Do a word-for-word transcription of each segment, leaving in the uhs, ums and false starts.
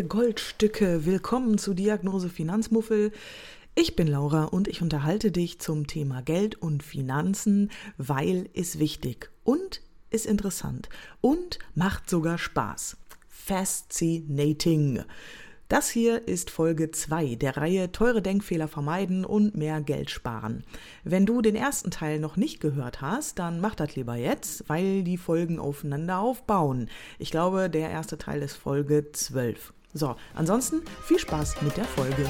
Goldstücke, willkommen zu Diagnose Finanzmuffel. Ich bin Laura und ich unterhalte dich zum Thema Geld und Finanzen, weil ist wichtig und ist interessant und macht sogar Spaß. Fascinating. Das hier ist Folge zwei der Reihe Teure Denkfehler vermeiden und mehr Geld sparen. Wenn du den ersten Teil noch nicht gehört hast, dann mach das lieber jetzt, weil die Folgen aufeinander aufbauen. Ich glaube, der erste Teil ist Folge zwölf. So, ansonsten viel Spaß mit der Folge.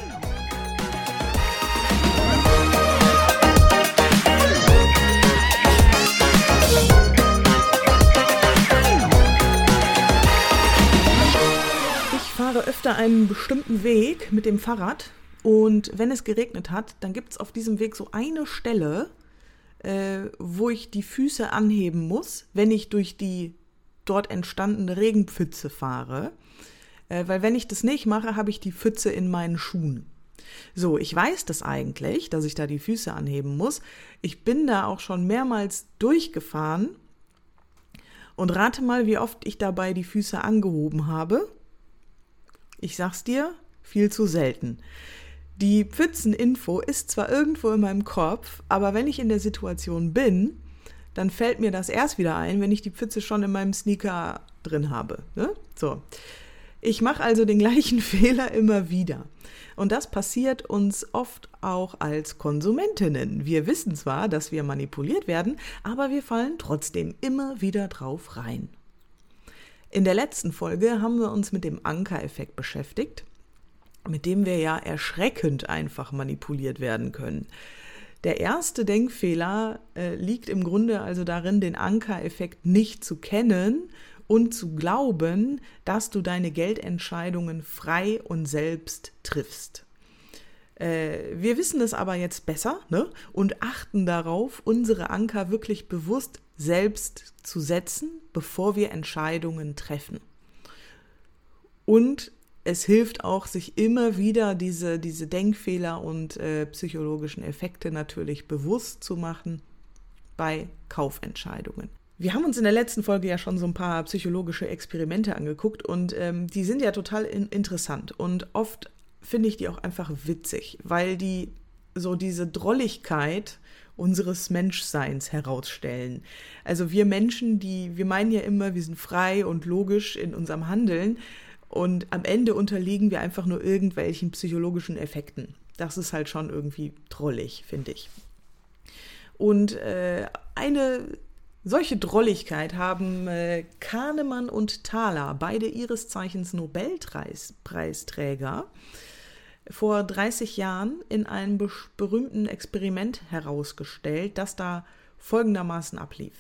Ich fahre öfter einen bestimmten Weg mit dem Fahrrad und wenn es geregnet hat, dann gibt es auf diesem Weg so eine Stelle, äh, wo ich die Füße anheben muss, wenn ich durch die dort entstandene Regenpfütze fahre. Äh, weil wenn ich das nicht mache, habe ich die Pfütze in meinen Schuhen. So, ich weiß das eigentlich, dass ich da die Füße anheben muss. Ich bin da auch schon mehrmals durchgefahren und rate mal, wie oft ich dabei die Füße angehoben habe. Ich sag's dir, viel zu selten. Die Pfützeninfo ist zwar irgendwo in meinem Kopf, aber wenn ich in der Situation bin, dann fällt mir das erst wieder ein, wenn ich die Pfütze schon in meinem Sneaker drin habe. Ne? So. Ich mache also den gleichen Fehler immer wieder. Und das passiert uns oft auch als Konsumentinnen. Wir wissen zwar, dass wir manipuliert werden, aber wir fallen trotzdem immer wieder drauf rein. In der letzten Folge haben wir uns mit dem Anker-Effekt beschäftigt, mit dem wir ja erschreckend einfach manipuliert werden können. Der erste Denkfehler äh, liegt im Grunde also darin, den Anker-Effekt nicht zu kennen und zu glauben, dass du deine Geldentscheidungen frei und selbst triffst. Äh, wir wissen das aber jetzt besser, ne? Und achten darauf, unsere Anker wirklich bewusst selbst zu setzen, bevor wir Entscheidungen treffen. Und es hilft auch, sich immer wieder diese, diese Denkfehler und äh, psychologischen Effekte natürlich bewusst zu machen bei Kaufentscheidungen. Wir haben uns in der letzten Folge ja schon so ein paar psychologische Experimente angeguckt und ähm, die sind ja total in- interessant und oft finde ich die auch einfach witzig, weil die so diese Drolligkeit unseres Menschseins herausstellen. Also wir Menschen, die, wir meinen ja immer, wir sind frei und logisch in unserem Handeln und am Ende unterliegen wir einfach nur irgendwelchen psychologischen Effekten. Das ist halt schon irgendwie drollig, finde ich. Und äh, eine solche Drolligkeit haben äh, Kahnemann und Thaler, beide ihres Zeichens Nobelpreisträger, vor dreißig Jahren in einem be- berühmten Experiment herausgestellt, das da folgendermaßen ablief.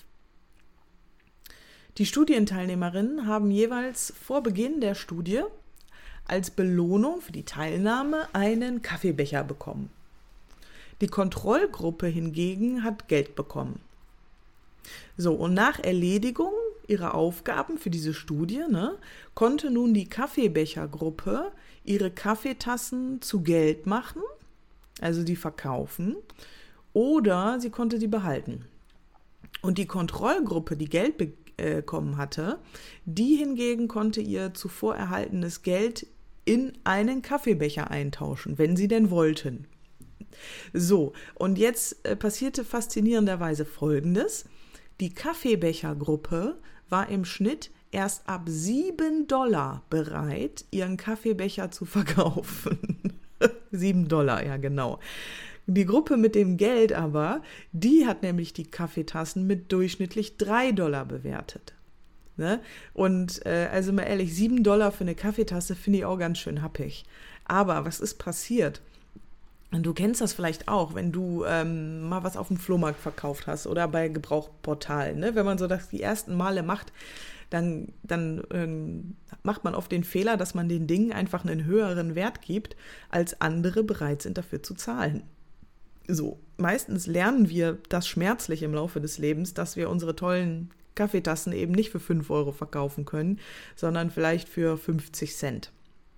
Die Studienteilnehmerinnen haben jeweils vor Beginn der Studie als Belohnung für die Teilnahme einen Kaffeebecher bekommen. Die Kontrollgruppe hingegen hat Geld bekommen. So, und nach Erledigung ihrer Aufgaben für diese Studie, ne, konnte nun die Kaffeebechergruppe ihre Kaffeetassen zu Geld machen, also die verkaufen, oder sie konnte die behalten. Und die Kontrollgruppe, die Geld bekommen hatte, die hingegen konnte ihr zuvor erhaltenes Geld in einen Kaffeebecher eintauschen, wenn sie denn wollten. So, und jetzt äh, passierte faszinierenderweise Folgendes. Die Kaffeebechergruppe war im Schnitt erst ab sieben Dollar bereit, ihren Kaffeebecher zu verkaufen. sieben Dollar, ja genau. Die Gruppe mit dem Geld aber, die hat nämlich die Kaffeetassen mit durchschnittlich drei Dollar bewertet. Ne? Und äh, also mal ehrlich, sieben Dollar für eine Kaffeetasse finde ich auch ganz schön happig. Aber was ist passiert? Und du kennst das vielleicht auch, wenn du ähm, mal was auf dem Flohmarkt verkauft hast oder bei Gebrauchsportalen. Ne? Wenn man so das die ersten Male macht, dann, dann ähm, macht man oft den Fehler, dass man den Dingen einfach einen höheren Wert gibt, als andere bereit sind dafür zu zahlen. So, meistens lernen wir das schmerzlich im Laufe des Lebens, dass wir unsere tollen Kaffeetassen eben nicht für fünf Euro verkaufen können, sondern vielleicht für fünfzig Cent.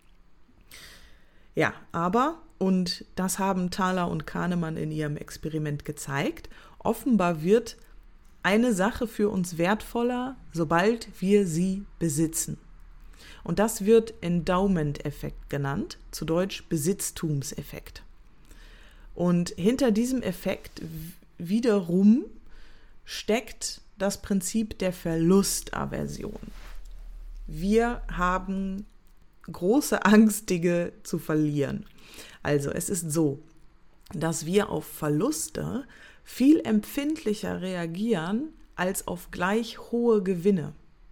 Ja, aber, und das haben Thaler und Kahnemann in ihrem Experiment gezeigt, offenbar wird eine Sache für uns wertvoller, sobald wir sie besitzen. Und das wird Endowment-Effekt genannt, zu Deutsch Besitztumseffekt. Und hinter diesem Effekt wiederum steckt das Prinzip der Verlustaversion. Wir haben große Angst, Dinge zu verlieren. Also es ist so, dass wir auf Verluste viel empfindlicher reagieren als auf gleich hohe Gewinne.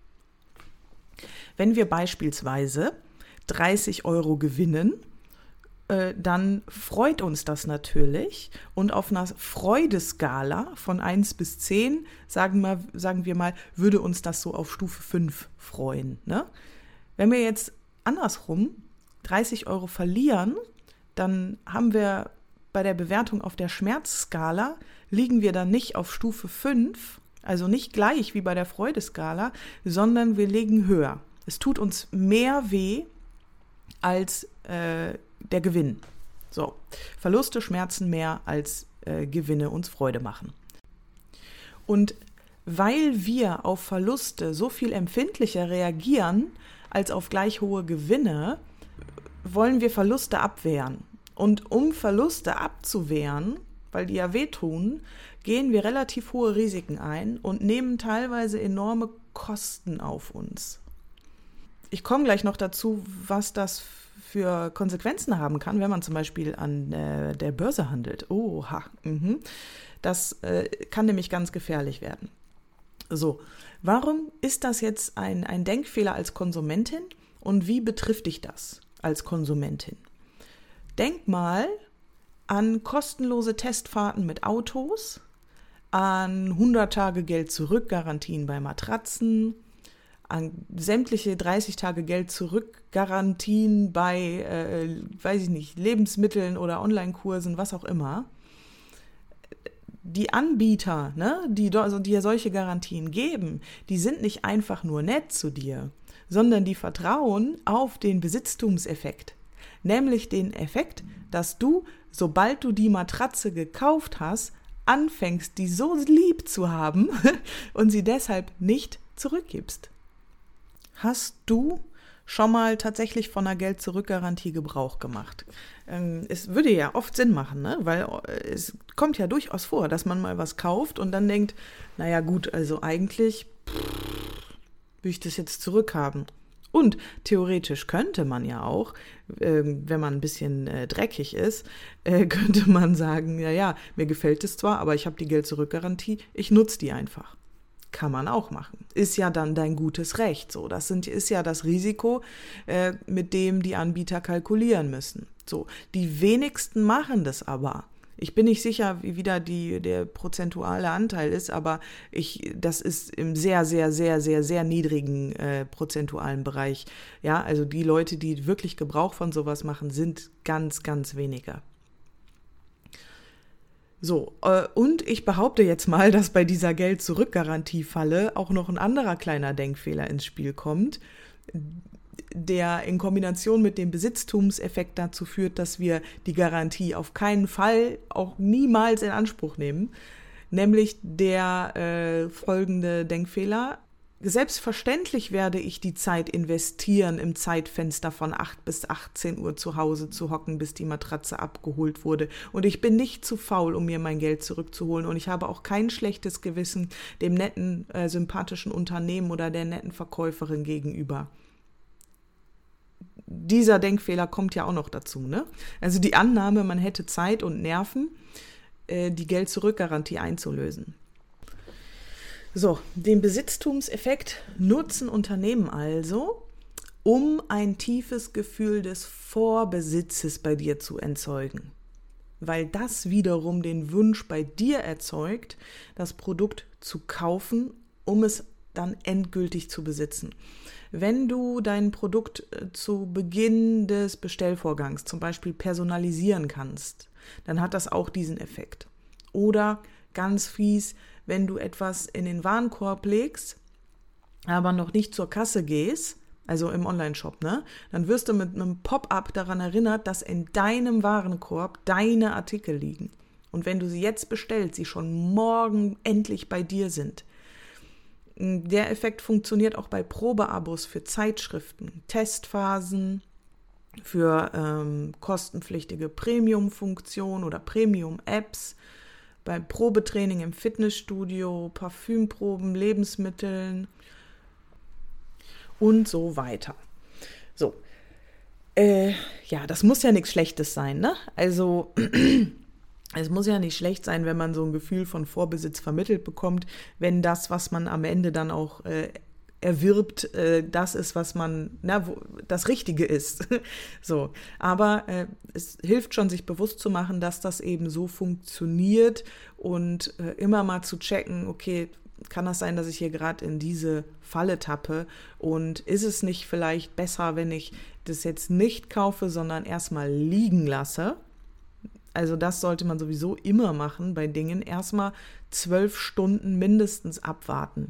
Wenn wir beispielsweise dreißig Euro gewinnen, äh, dann freut uns das natürlich. Und auf einer Freudeskala von eins bis zehn, sagen wir, sagen wir mal, würde uns das so auf Stufe fünf freuen. Ne? Wenn wir jetzt andersrum dreißig Euro verlieren, dann haben wir bei der Bewertung auf der Schmerzskala, liegen wir dann nicht auf Stufe fünf, also nicht gleich wie bei der Freudeskala, sondern wir liegen höher. Es tut uns mehr weh als äh, der Gewinn. So, Verluste schmerzen mehr als äh, Gewinne uns Freude machen. Und weil wir auf Verluste so viel empfindlicher reagieren als auf gleich hohe Gewinne, wollen wir Verluste abwehren. Und um Verluste abzuwehren, weil die ja wehtun, gehen wir relativ hohe Risiken ein und nehmen teilweise enorme Kosten auf uns. Ich komme gleich noch dazu, was das für Konsequenzen haben kann, wenn man zum Beispiel an äh, der Börse handelt. Oha, mhm. Das äh, kann nämlich ganz gefährlich werden. So, warum ist das jetzt ein, ein Denkfehler als Konsumentin und wie betrifft dich das als Konsumentin? Denk mal an kostenlose Testfahrten mit Autos, an hundert Tage Geld-Zurück-Garantien bei Matratzen, an sämtliche dreißig Tage Geld-Zurück-Garantien bei, äh, weiß ich nicht, Lebensmitteln oder Online-Kursen, was auch immer. Die Anbieter, ne, die also dir solche Garantien geben, die sind nicht einfach nur nett zu dir, sondern die vertrauen auf den Besitztumseffekt. Nämlich den Effekt, dass du, sobald du die Matratze gekauft hast, anfängst, die so lieb zu haben und sie deshalb nicht zurückgibst. Hast du schon mal tatsächlich von einer Geld-Zurück-Garantie Gebrauch gemacht? Ähm, es würde ja oft Sinn machen, ne? Weil es kommt ja durchaus vor, dass man mal was kauft und dann denkt, naja gut, also eigentlich pff, will ich das jetzt zurückhaben. Und theoretisch könnte man ja auch, äh, wenn man ein bisschen äh, dreckig ist, äh, könnte man sagen, ja, ja, mir gefällt es zwar, aber ich habe die Geld-Zurück-Garantie, ich nutze die einfach. Kann man auch machen. Ist ja dann dein gutes Recht. So, das sind, ist ja das Risiko, äh, mit dem die Anbieter kalkulieren müssen. So, die wenigsten machen das aber. Ich bin nicht sicher, wie wieder die, der prozentuale Anteil ist, aber ich, das ist im sehr, sehr, sehr, sehr, sehr niedrigen äh, prozentualen Bereich. Ja, also die Leute, die wirklich Gebrauch von sowas machen, sind ganz, ganz weniger. So, äh, und ich behaupte jetzt mal, dass bei dieser Geld-Zurück-Garantie-Falle auch noch ein anderer kleiner Denkfehler ins Spiel kommt, der in Kombination mit dem Besitztumseffekt dazu führt, dass wir die Garantie auf keinen Fall, auch niemals in Anspruch nehmen, nämlich der äh, folgende Denkfehler. Selbstverständlich werde ich die Zeit investieren, im Zeitfenster von acht bis achtzehn Uhr zu Hause zu hocken, bis die Matratze abgeholt wurde. Und ich bin nicht zu faul, um mir mein Geld zurückzuholen. Und ich habe auch kein schlechtes Gewissen dem netten, äh, sympathischen Unternehmen oder der netten Verkäuferin gegenüber. Dieser Denkfehler kommt ja auch noch dazu, ne? Also die Annahme, man hätte Zeit und Nerven, äh, die Geld-Zurück-Garantie einzulösen. So, den Besitztumseffekt nutzen Unternehmen also, um ein tiefes Gefühl des Vorbesitzes bei dir zu erzeugen. Weil das wiederum den Wunsch bei dir erzeugt, das Produkt zu kaufen, um es dann endgültig zu besitzen. Wenn du dein Produkt zu Beginn des Bestellvorgangs zum Beispiel personalisieren kannst, dann hat das auch diesen Effekt. Oder ganz fies, wenn du etwas in den Warenkorb legst, aber noch nicht zur Kasse gehst, also im Onlineshop, ne, dann wirst du mit einem Pop-up daran erinnert, dass in deinem Warenkorb deine Artikel liegen. Und wenn du sie jetzt bestellst, sie schon morgen endlich bei dir sind. Der Effekt funktioniert auch bei Probeabos für Zeitschriften, Testphasen, für ähm, kostenpflichtige Premium-Funktionen oder Premium-Apps, beim Probetraining im Fitnessstudio, Parfümproben, Lebensmitteln und so weiter. So, äh, ja, das muss ja nichts Schlechtes sein, ne? Also es muss ja nicht schlecht sein, wenn man so ein Gefühl von Vorbesitz vermittelt bekommt, wenn das, was man am Ende dann auch äh, erwirbt, äh, das ist, was man, na, wo, das Richtige ist. So, aber äh, es hilft schon, sich bewusst zu machen, dass das eben so funktioniert und äh, immer mal zu checken, okay, kann das sein, dass ich hier gerade in diese Falle tappe und ist es nicht vielleicht besser, wenn ich das jetzt nicht kaufe, sondern erstmal liegen lasse? Also das sollte man sowieso immer machen bei Dingen, erstmal zwölf Stunden mindestens abwarten.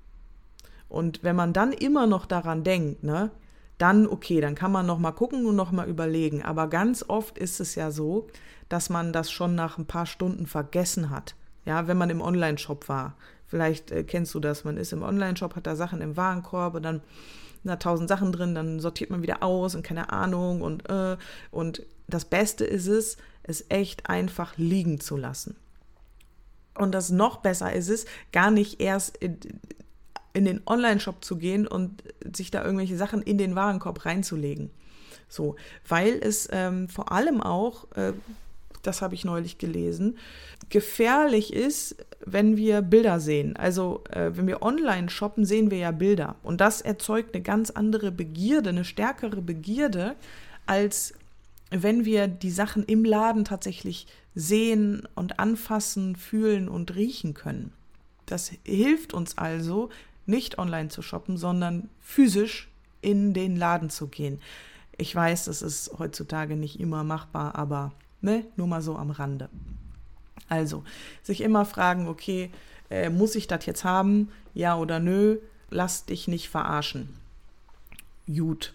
Und wenn man dann immer noch daran denkt, ne, dann okay, dann kann man noch mal gucken und noch mal überlegen. Aber ganz oft ist es ja so, dass man das schon nach ein paar Stunden vergessen hat. Ja, wenn man im Online-Shop war. Vielleicht äh, kennst du das, man ist im Online-Shop, hat da Sachen im Warenkorb und dann da tausend Sachen drin, dann sortiert man wieder aus und keine Ahnung und äh, und das Beste ist es, es echt einfach liegen zu lassen. Und das noch besser ist es, gar nicht erst in, in den Online-Shop zu gehen und sich da irgendwelche Sachen in den Warenkorb reinzulegen. So, weil es ähm, vor allem auch, äh, das habe ich neulich gelesen, gefährlich ist, wenn wir Bilder sehen. Also äh, wenn wir online shoppen, sehen wir ja Bilder. Und das erzeugt eine ganz andere Begierde, eine stärkere Begierde, als wenn wir die Sachen im Laden tatsächlich sehen und anfassen, fühlen und riechen können. Das hilft uns also, nicht online zu shoppen, sondern physisch in den Laden zu gehen. Ich weiß, das ist heutzutage nicht immer machbar, aber ne, nur mal so am Rande. Also, sich immer fragen, okay, äh, muss ich das jetzt haben? Ja oder nö? Lass dich nicht verarschen. Gut.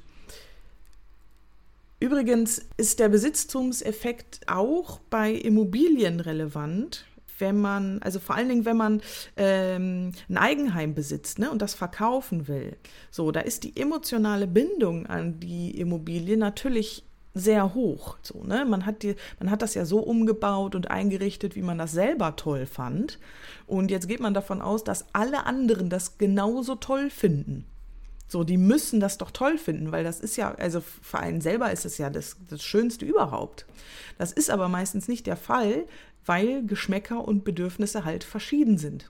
Übrigens ist der Besitztumseffekt auch bei Immobilien relevant, wenn man, also vor allen Dingen, wenn man ähm, ein Eigenheim besitzt, ne, und das verkaufen will. So, da ist die emotionale Bindung an die Immobilie natürlich sehr hoch. So, ne? Man hat die, man hat das ja so umgebaut und eingerichtet, wie man das selber toll fand. Und jetzt geht man davon aus, dass alle anderen das genauso toll finden. So, die müssen das doch toll finden, weil das ist ja, also für einen selber ist es ja das, das Schönste überhaupt. Das ist aber meistens nicht der Fall, weil Geschmäcker und Bedürfnisse halt verschieden sind.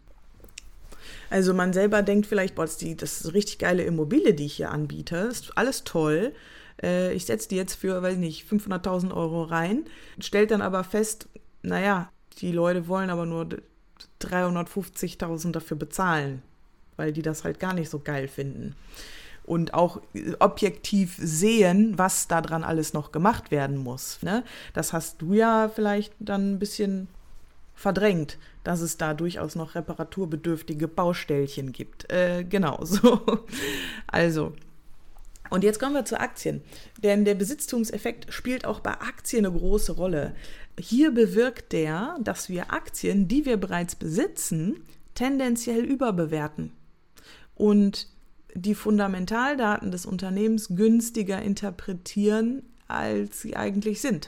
Also man selber denkt vielleicht, boah, das ist, die, das ist eine richtig geile Immobilie, die ich hier anbiete, ist alles toll. Äh, ich setze die jetzt für, weiß nicht, fünfhunderttausend Euro rein, stellt dann aber fest, naja, die Leute wollen aber nur dreihundertfünfzigtausend dafür bezahlen, weil die das halt gar nicht so geil finden. Und auch objektiv sehen, was da dran alles noch gemacht werden muss. Ne? Das hast du ja vielleicht dann ein bisschen verdrängt, dass es da durchaus noch reparaturbedürftige Baustellchen gibt. Äh, genau, so. Also, und jetzt kommen wir zu Aktien. Denn der Besitztumseffekt spielt auch bei Aktien eine große Rolle. Hier bewirkt der, dass wir Aktien, die wir bereits besitzen, tendenziell überbewerten und die Fundamentaldaten des Unternehmens günstiger interpretieren, als sie eigentlich sind.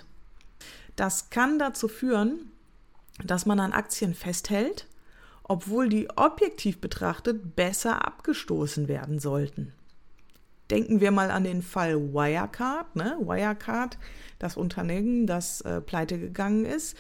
Das kann dazu führen, dass man an Aktien festhält, obwohl die objektiv betrachtet besser abgestoßen werden sollten. Denken wir mal an den Fall Wirecard, ne? Wirecard, das Unternehmen, das äh, pleite gegangen ist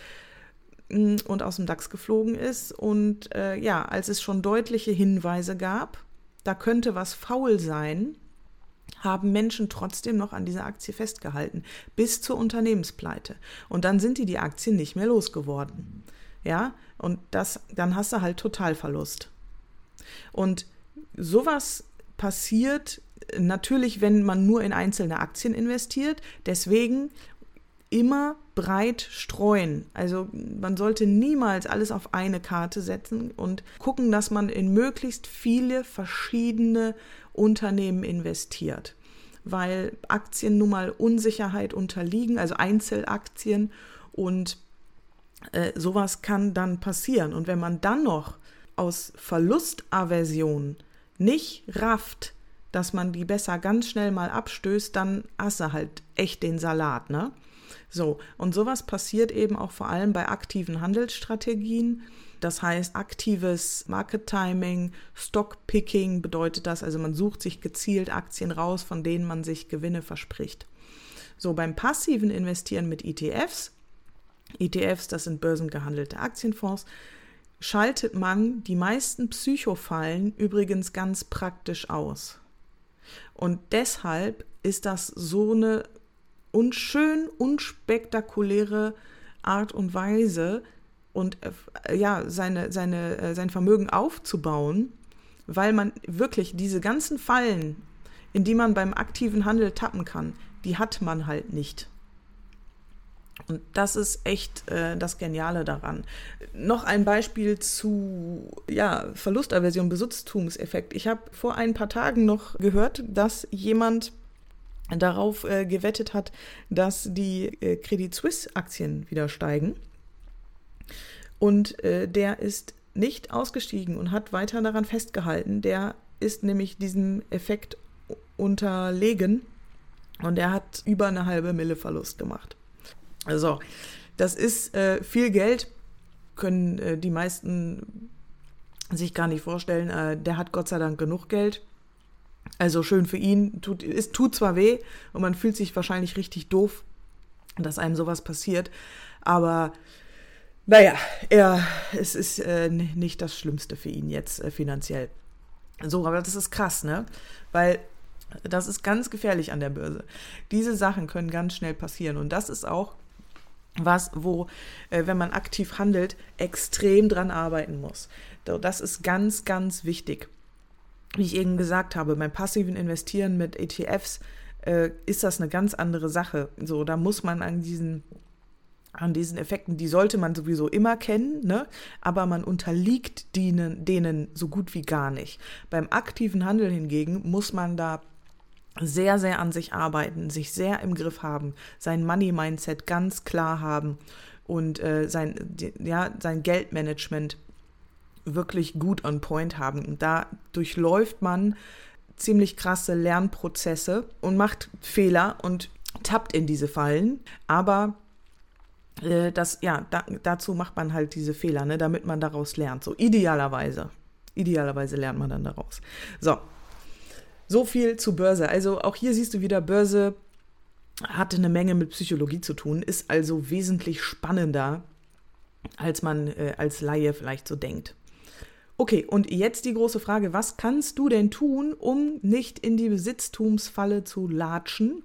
und aus dem DAX geflogen ist. Und äh, ja, als es schon deutliche Hinweise gab, da könnte was faul sein, haben Menschen trotzdem noch an dieser Aktie festgehalten, bis zur Unternehmenspleite. Und dann sind die die Aktien nicht mehr losgeworden. Ja, und das, dann hast du halt Totalverlust. Und sowas passiert natürlich, wenn man nur in einzelne Aktien investiert. Deswegen immer breit streuen. Also man sollte niemals alles auf eine Karte setzen und gucken, dass man in möglichst viele verschiedene Unternehmen investiert. Weil Aktien nun mal Unsicherheit unterliegen, also Einzelaktien, und äh, sowas kann dann passieren. Und wenn man dann noch aus Verlustaversion nicht rafft, dass man die besser ganz schnell mal abstößt, dann hast du halt echt den Salat, ne? So, und sowas passiert eben auch vor allem bei aktiven Handelsstrategien. Das heißt, aktives Market Timing, Stock-Picking bedeutet das, also man sucht sich gezielt Aktien raus, von denen man sich Gewinne verspricht. So, beim passiven Investieren mit E T Fs, E T Fs, das sind börsengehandelte Aktienfonds, schaltet man die meisten Psychofallen übrigens ganz praktisch aus. Und deshalb ist das so eine unschön, unspektakuläre Art und Weise, und äh, ja, seine, seine, äh, sein Vermögen aufzubauen, weil man wirklich diese ganzen Fallen, in die man beim aktiven Handel tappen kann, die hat man halt nicht. Und das ist echt äh, das Geniale daran. Noch ein Beispiel zu ja, Verlustaversion, Besitztumseffekt. Ich habe vor ein paar Tagen noch gehört, dass jemand darauf äh, gewettet hat, dass die äh, Credit Suisse Aktien wieder steigen. Und äh, der ist nicht ausgestiegen und hat weiter daran festgehalten. Der ist nämlich diesem Effekt unterlegen und er hat über eine halbe Mille Verlust gemacht. Also, das ist äh, viel Geld, können äh, die meisten sich gar nicht vorstellen. Äh, der hat Gott sei Dank genug Geld. Also schön für ihn. Tut, es tut zwar weh und man fühlt sich wahrscheinlich richtig doof, dass einem sowas passiert, aber naja, er, es ist äh, nicht das Schlimmste für ihn jetzt äh, finanziell. So, aber das ist krass, ne? Weil das ist ganz gefährlich an der Börse. Diese Sachen können ganz schnell passieren und das ist auch was, wo, äh, wenn man aktiv handelt, extrem dran arbeiten muss. Das ist ganz, ganz wichtig. Wie ich eben gesagt habe, beim passiven Investieren mit E T Fs äh, ist das eine ganz andere Sache. So, da muss man an diesen an diesen Effekten, die sollte man sowieso immer kennen, ne? Aber man unterliegt denen, denen so gut wie gar nicht. Beim aktiven Handel hingegen muss man da sehr, sehr an sich arbeiten, sich sehr im Griff haben, sein Money-Mindset ganz klar haben und äh, sein, ja, sein Geldmanagement wirklich gut on point haben. Und da durchläuft man ziemlich krasse Lernprozesse und macht Fehler und tappt in diese Fallen, aber Das, ja, da, dazu macht man halt diese Fehler, ne, damit man daraus lernt. So idealerweise. Idealerweise lernt man dann daraus. So, so viel zu Börse. Also auch hier siehst du wieder, Börse hat eine Menge mit Psychologie zu tun, ist also wesentlich spannender, als man äh, als Laie vielleicht so denkt. Okay, und jetzt die große Frage, was kannst du denn tun, um nicht in die Besitztumsfalle zu latschen?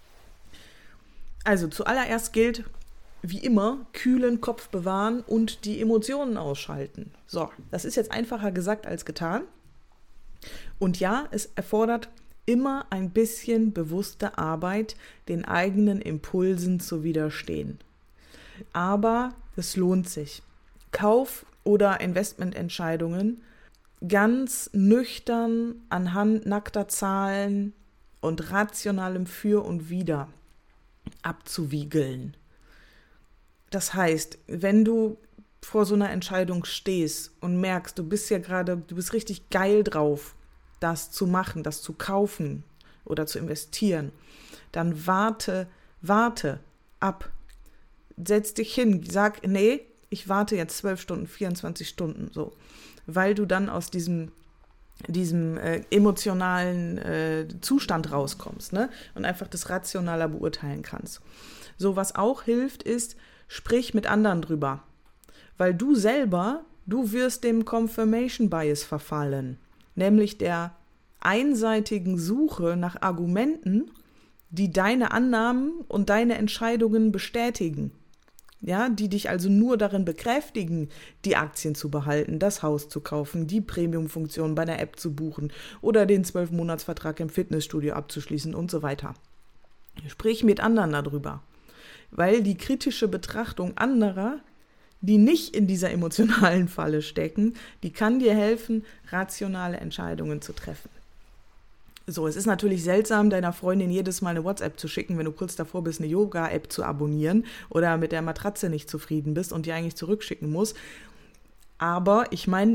Also zuallererst gilt, wie immer, kühlen Kopf bewahren und die Emotionen ausschalten. So, das ist jetzt einfacher gesagt als getan. Und ja, es erfordert immer ein bisschen bewusste Arbeit, den eigenen Impulsen zu widerstehen. Aber es lohnt sich. Kauf- oder Investmententscheidungen ganz nüchtern anhand nackter Zahlen und rationalem Für und Wider abzuwiegeln. Das heißt, wenn du vor so einer Entscheidung stehst und merkst, du bist ja gerade, du bist richtig geil drauf, das zu machen, das zu kaufen oder zu investieren, dann warte, warte ab. Setz dich hin, sag, nee, ich warte jetzt zwölf Stunden, vierundzwanzig Stunden, so. Weil du dann aus diesem, diesem äh, emotionalen äh, Zustand rauskommst, ne? Und einfach das rationaler beurteilen kannst. So, was auch hilft, ist, sprich mit anderen drüber, weil du selber, du wirst dem Confirmation Bias verfallen, nämlich der einseitigen Suche nach Argumenten, die deine Annahmen und deine Entscheidungen bestätigen, ja, die dich also nur darin bekräftigen, die Aktien zu behalten, das Haus zu kaufen, die Premium-Funktion bei einer App zu buchen oder den zwölf-Monats-Vertrag im Fitnessstudio abzuschließen und so weiter. Sprich mit anderen darüber. Weil die kritische Betrachtung anderer, die nicht in dieser emotionalen Falle stecken, die kann dir helfen, rationale Entscheidungen zu treffen. So, es ist natürlich seltsam, deiner Freundin jedes Mal eine WhatsApp zu schicken, wenn du kurz davor bist, eine Yoga-App zu abonnieren oder mit der Matratze nicht zufrieden bist und die eigentlich zurückschicken musst. Aber ich meine,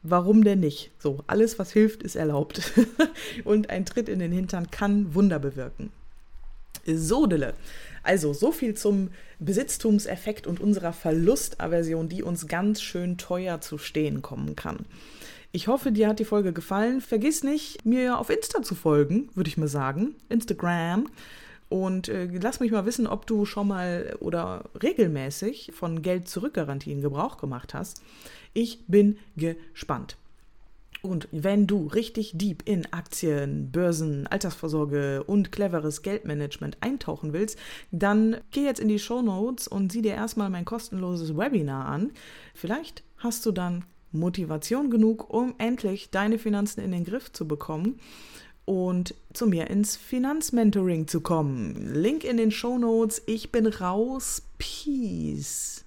warum denn nicht? So, alles, was hilft, ist erlaubt. Und ein Tritt in den Hintern kann Wunder bewirken. Sodele. Also, so viel zum Besitztumseffekt und unserer Verlustaversion, die uns ganz schön teuer zu stehen kommen kann. Ich hoffe, dir hat die Folge gefallen. Vergiss nicht, mir auf Insta zu folgen, würde ich mal sagen. Instagram. Und äh, lass mich mal wissen, ob du schon mal oder regelmäßig von Geld-Zurück-Garantien Gebrauch gemacht hast. Ich bin gespannt. Und wenn du richtig deep in Aktien, Börsen, Altersvorsorge und cleveres Geldmanagement eintauchen willst, dann geh jetzt in die Shownotes und sieh dir erstmal mein kostenloses Webinar an. Vielleicht hast du dann Motivation genug, um endlich deine Finanzen in den Griff zu bekommen und zu mir ins Finanzmentoring zu kommen. Link in den Shownotes. Ich bin raus. Peace.